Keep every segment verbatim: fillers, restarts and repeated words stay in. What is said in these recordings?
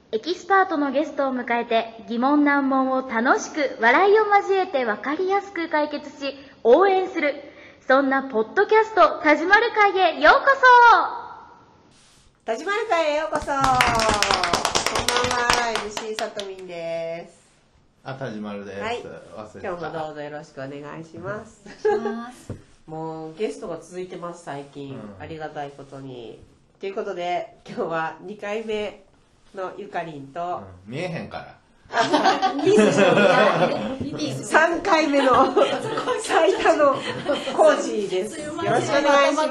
エキスパートのゲストを迎えて疑問難問を楽しく笑いを交えて分かりやすく解決し応援する、そんなポッドキャスト田島る会へようこそ。 田島る会へようこそ。こんばんは、エムシー さとみんです。 あ、田島るです。 はい、 忘れてた。 今日もどうぞよろしくお願いします。もうゲストが続いてます最近、うん、ありがたいことに。ということで今日はにかいめのゆかりんと、 うん、見えへんからさんかいめの最多のコージーです。よろしくお願いします。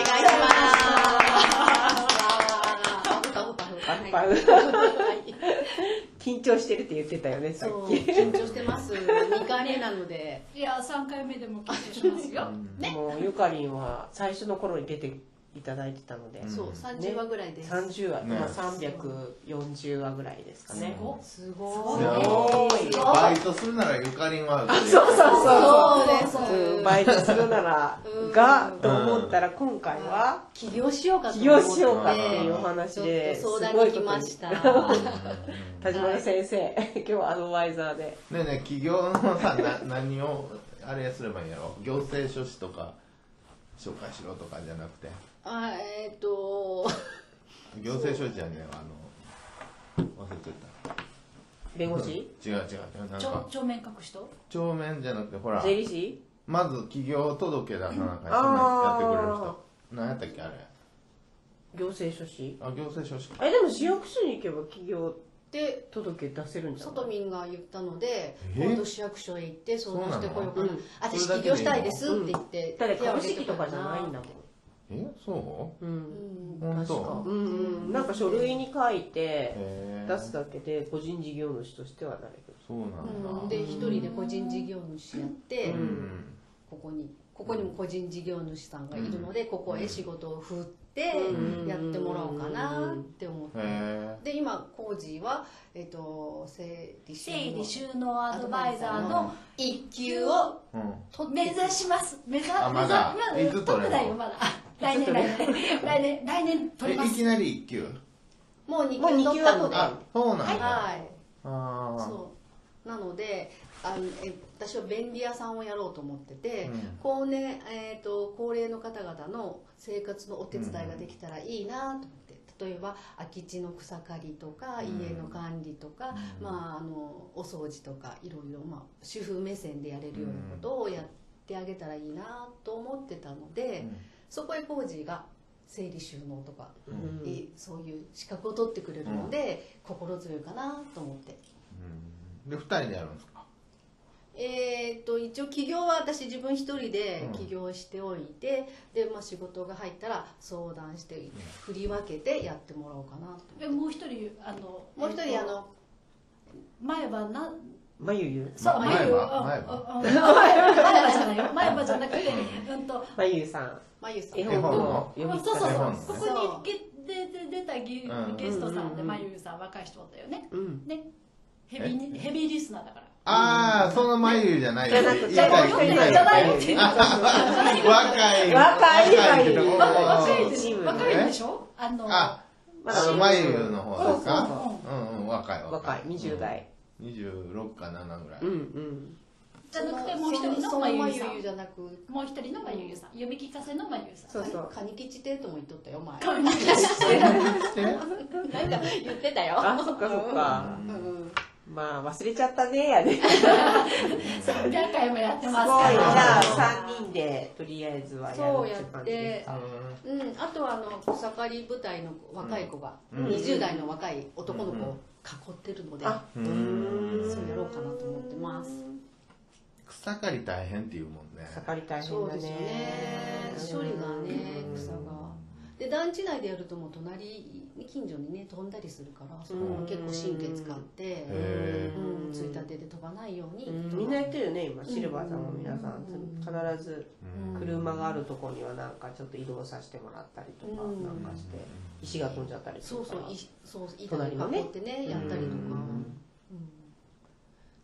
緊張してるって言ってたよね、さっき。 緊張してます。にかいめなので。 いや、さんかいめでも緊張しますよ。 ね、もうゆかりんは最初の頃に出ていただいてたので、 うん、そうさんじゅうわぐらいです。 さんじゅうわ、ね、まあさんびゃくよんじゅうわぐらいですかね。 すごい。バイトするならゆかりんは。 そうそうそうそうです。 バイトするならがと思ったら今回は起業しようかと起業しようかっていうお話で相談に来ました。 田島先生、今日はアドバイザーで。 ねえねえ、起業のさな何をあれすればいいんやろ。行政書士とか紹介しろとかじゃなくて。 あ、えっと行政書士じゃねえわ、あの忘れてた。 弁護士？ 違う違う違う、なんか帳面書く人？ 帳面じゃなくてほら。 税理士？ まず企業届出さなきゃそんなんやってくれる人。何やったっけあれ？ 行政書士？ あ、行政書士。 え、でも市役所に行けば企業で届出せるんじゃない？ さとみんが言ったので、今度市役所へ行って相談してこようかな。私起業したいですって言って。 ただ株式とかじゃないんだもん。 え、そう？ うん、 本当。 うん、なんか書類に書いて出すだけで個人事業主としてはなれる。 そうなんだ。 で一人で個人事業主やって、ここにここにも個人事業主さんがいるので、ここへ仕事を振ってやってもらおうかなって思って、で今コージーはえっと整理整理収納アドバイザーの一級を目指します。目指あ、まだいつ取れるの？ まだ来年来年来年来年取ります。 いきなり一級？ もう二級取ったので。 あ、そうなんだ。 はい。 ああ。 そうなので、あのえ私は便利屋さんをやろうと思ってて、うん、高齢えっ、ー、と高齢の方々の生活のお手伝いができたらいいなと思って、例えば空き地の草刈りとか、うん、家の管理とか、うん、まああのお掃除とかいろいろまあ主婦目線でやれるようなことをやってあげたらいいなと思ってたので、うん、そこへコージーが整理収納とか、うん、そういう資格を取ってくれるので、うん、心強いかなと思って。 うん、でふたりでやるんですか？ えー、と一応起業は私自分一人で起業しておいて、うん、で、まあ、仕事が入ったら相談して、うん、振り分けてやってもらおうかなと。 でもう一人あのもう一人あの前はなまゆゆそうまゆゆ前歯前歯じゃないよ、前歯じゃなくてうんとまゆゆさんまゆさん絵本のそうそうそうここに出出たゲゲストさんでまゆゆさん若い人だったよね。ねヘビーヘビーリスナーだから。 ああ、その眉毛じゃないよ。 じゃなくて、じゃないよ。 若い。 若い眉毛。 若いでしょ。若いでしょ。あの、 あ、眉毛の方ですか。うんうん、若い若い。にじゅうだい。 にじゅうろくかななぐらい。 うんうん。 じゃなくてもう一人の眉毛さん。 じゃなく、 もう一人の眉毛さん。読み聞かせの眉毛さん。 そうそう。 カニ吉亭とも言っとったよ前。 カニ吉亭。なんか言ってたよ。 あ、そっかそっか。まあ忘れちゃったねやね。 さんびゃっかいもやってますから。すごい。じゃあさんにんでとりあえずはやるそうやって、うん、あとはあの草刈り部隊の若い子が、にじゅうだいの若い男の子を囲ってるので、そうやろうかなと思ってます。 草刈り大変っていうもんね。 草刈り大変だね。 そうですよね。処理がね、草が。で団地内でやるともう隣近所にね飛んだりするからそこも結構神経使って、うん、ついたてで飛ばないように、 うん、みんなやってるよね今シルバーさんも皆さん、うん、必ず車があるところにはなんかちょっと移動させてもらったりとかなんかして石が飛んじゃったりとかそうそうそう板に囲ってねやったりとか、うん、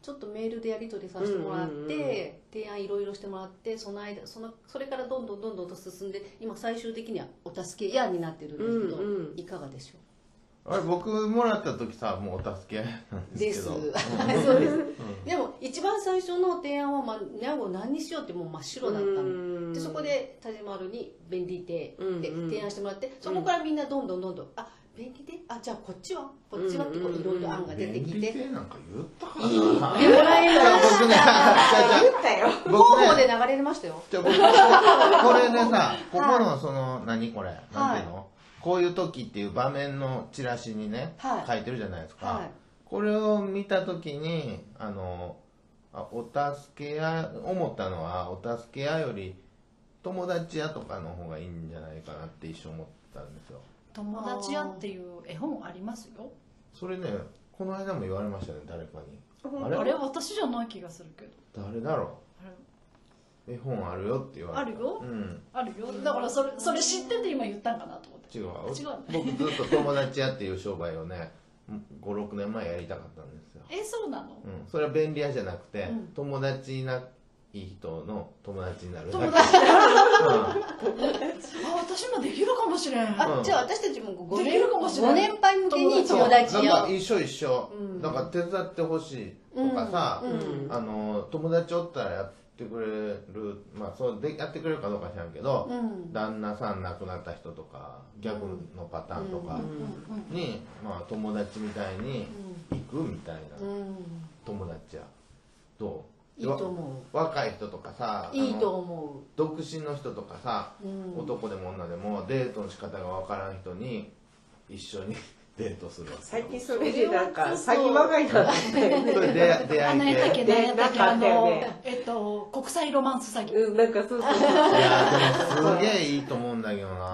ちょっとメールでやり取りさせてもらって、うんうんうん、提案いろいろしてもらって、その間そのそれからどんどんどんどんと進んで、今最終的にはお助け屋になってるんですけど、うんうん、いかがでしょう。 あれ僕もらった時さ、もうお助けなんですけど。 です。そうです。うん、でも一番最初の提案は、まあ、ニャゴ何にしようってもう真っ白だったので、そこで田島丸に便利亭で提案してもらって、そこからみんなどんどんどんどん、あ、便利亭、あ、じゃあこっちはこっちはってこういろいろ案が出てきて、便利亭なんか言ったかな。 でもらえました。 僕ね、 言ったよ。広報で流れましたよ。 じゃあ僕これでさ、ここのその何これ、なんていうの？こういう時っていう場面のチラシにね、はい、書いてるじゃないですか、はい、これを見た時にあのあお助け屋思ったのは、お助け屋より友達屋とかの方がいいんじゃないかなって一瞬思ったんですよ。 友達屋っていう絵本ありますよ。 それね、この間も言われましたね、誰かに。 あれあれ私じゃない気がするけど。 誰だろう。絵本あるよって言われた。 あるよ、うん、あるよ。だからそれそれ知ってて今言ったんかなと思って。 違う、違う、ね、僕ずっと友達屋っていう商売をねごろくねんまえやりたかったんですよ。 え、そうなの？ うん、それは便利屋じゃなくて、うん、友達いない人の友達になるだけ。 友達になる、うん、あ、私もできるかもしれん。 あ、うん、じゃあ私たちもごねんご年配向けに友達屋。 なんか一緒一緒、うん、なんか手伝ってほしいとかさ、うんうん、あの友達おったらやってくれる、まあそうでやってくれるかどうか知らんけど、うん、旦那さん亡くなった人とか逆のパターンとかに、まあ友達みたいに行くみたいな、うん、友達やどう？ いいと思う。若い人とかさ、 いいと思う。 独身の人とかさ、うん、男でも女でもデートの仕方がわからん人に一緒にデートするわけ。 最近それでなんか詐欺まがいだったよね。 それで出会い系。 何やったっけ、何やったっけ、あの、えっと、国際ロマンス詐欺。 うん、なんかそうそうそう。いや、でもすげえいいと思うんだけどな。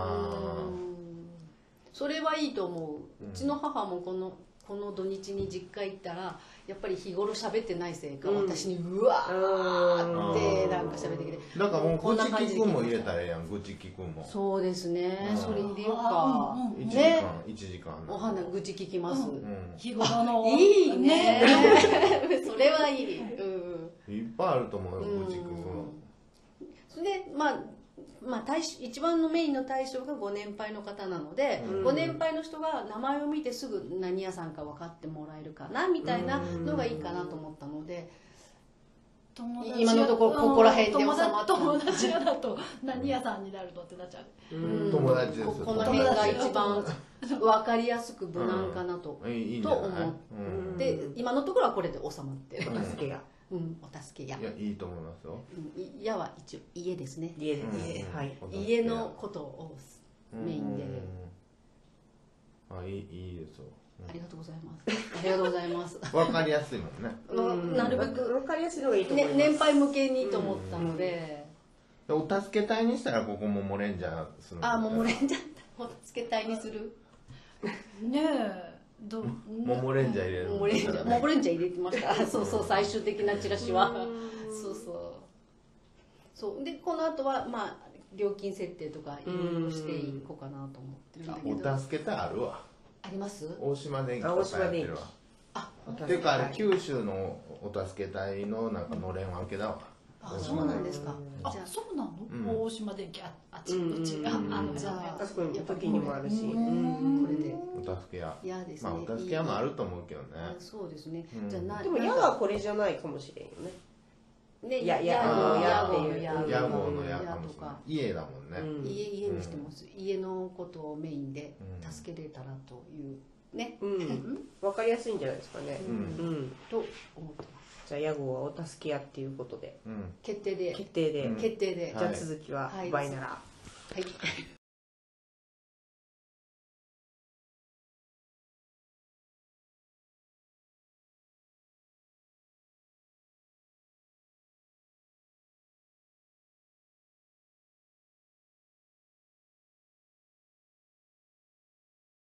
それはいいと思う。うちの母もこの、この土日に実家行ったら、やっぱり日頃喋ってないせいか、うん、私にうわーってなんか喋ってきて、 なんかもう愚痴聞くも入れたらええやん。愚痴聞くもそうですね、それ入れようか、 うん、いちじかん、ね、いちじかんお花愚痴聞きます、うん、 日頃のいいねそれはいい、うん、いっぱいあると思うよ、愚痴聞くの。 それでまあまあ、対一番のメインの対象がご年配の方なので、うん、ご年配の人が名前を見てすぐ何屋さんか分かってもらえるかなみたいなのがいいかなと思ったので、今のところここら辺で収まった。 友達屋だと何屋さんになるのってなっちゃう、 うん、友達です。 この辺が一番分かりやすく無難かなと、うん、いいと思って、うん、今のところはこれで収まってる。 お助けがうん、お助け屋。 いや、いいと思いますよ。 うん、屋は一応家ですね。 家です。 はい。家のことをメインで。 あ、いい、いいですよ。 ありがとうございます。ありがとうございます。 わかりやすいもんね。なるべくわかりやすいのがいいと思います。 年配向けにと思ったので。 お助け隊にしたらここもモレンジャーする。 あ、もうモレンジャーお助け隊にする。 ねえ。どモモレンジャー入れる、 モモレンジャーモモレンジャー入れてましたそうそう、最終的なチラシはそうそうそうで、この後はまあ料金設定とかいろいろしていこうかなと思ってるんだけど。 お助け隊あるわ。 あります？ 大島電機とかやってるわ。あ、っていうかあれ九州のお助け隊のなんかのれん分けだわ。 あ、そうなんですか。 あ、そうなの？大島電機、あっちうちあのじゃああそこに時にもあるし、これでお助け屋。 いやですね。 まあお助け屋もあると思うけどね。 そうですね。じゃなでも屋はこれじゃないかもしれんよね。 ね、 ややのやっていう屋号の屋かもしれない。家だもんね。 家家にしてます。家のことをメインで助けれたらというね。 わかりやすいんじゃないですかね。 と思ってます。 じゃあ屋号はお助け屋っていうことで決定で決定で決定で。 じゃあ続きはバイなら。 はい。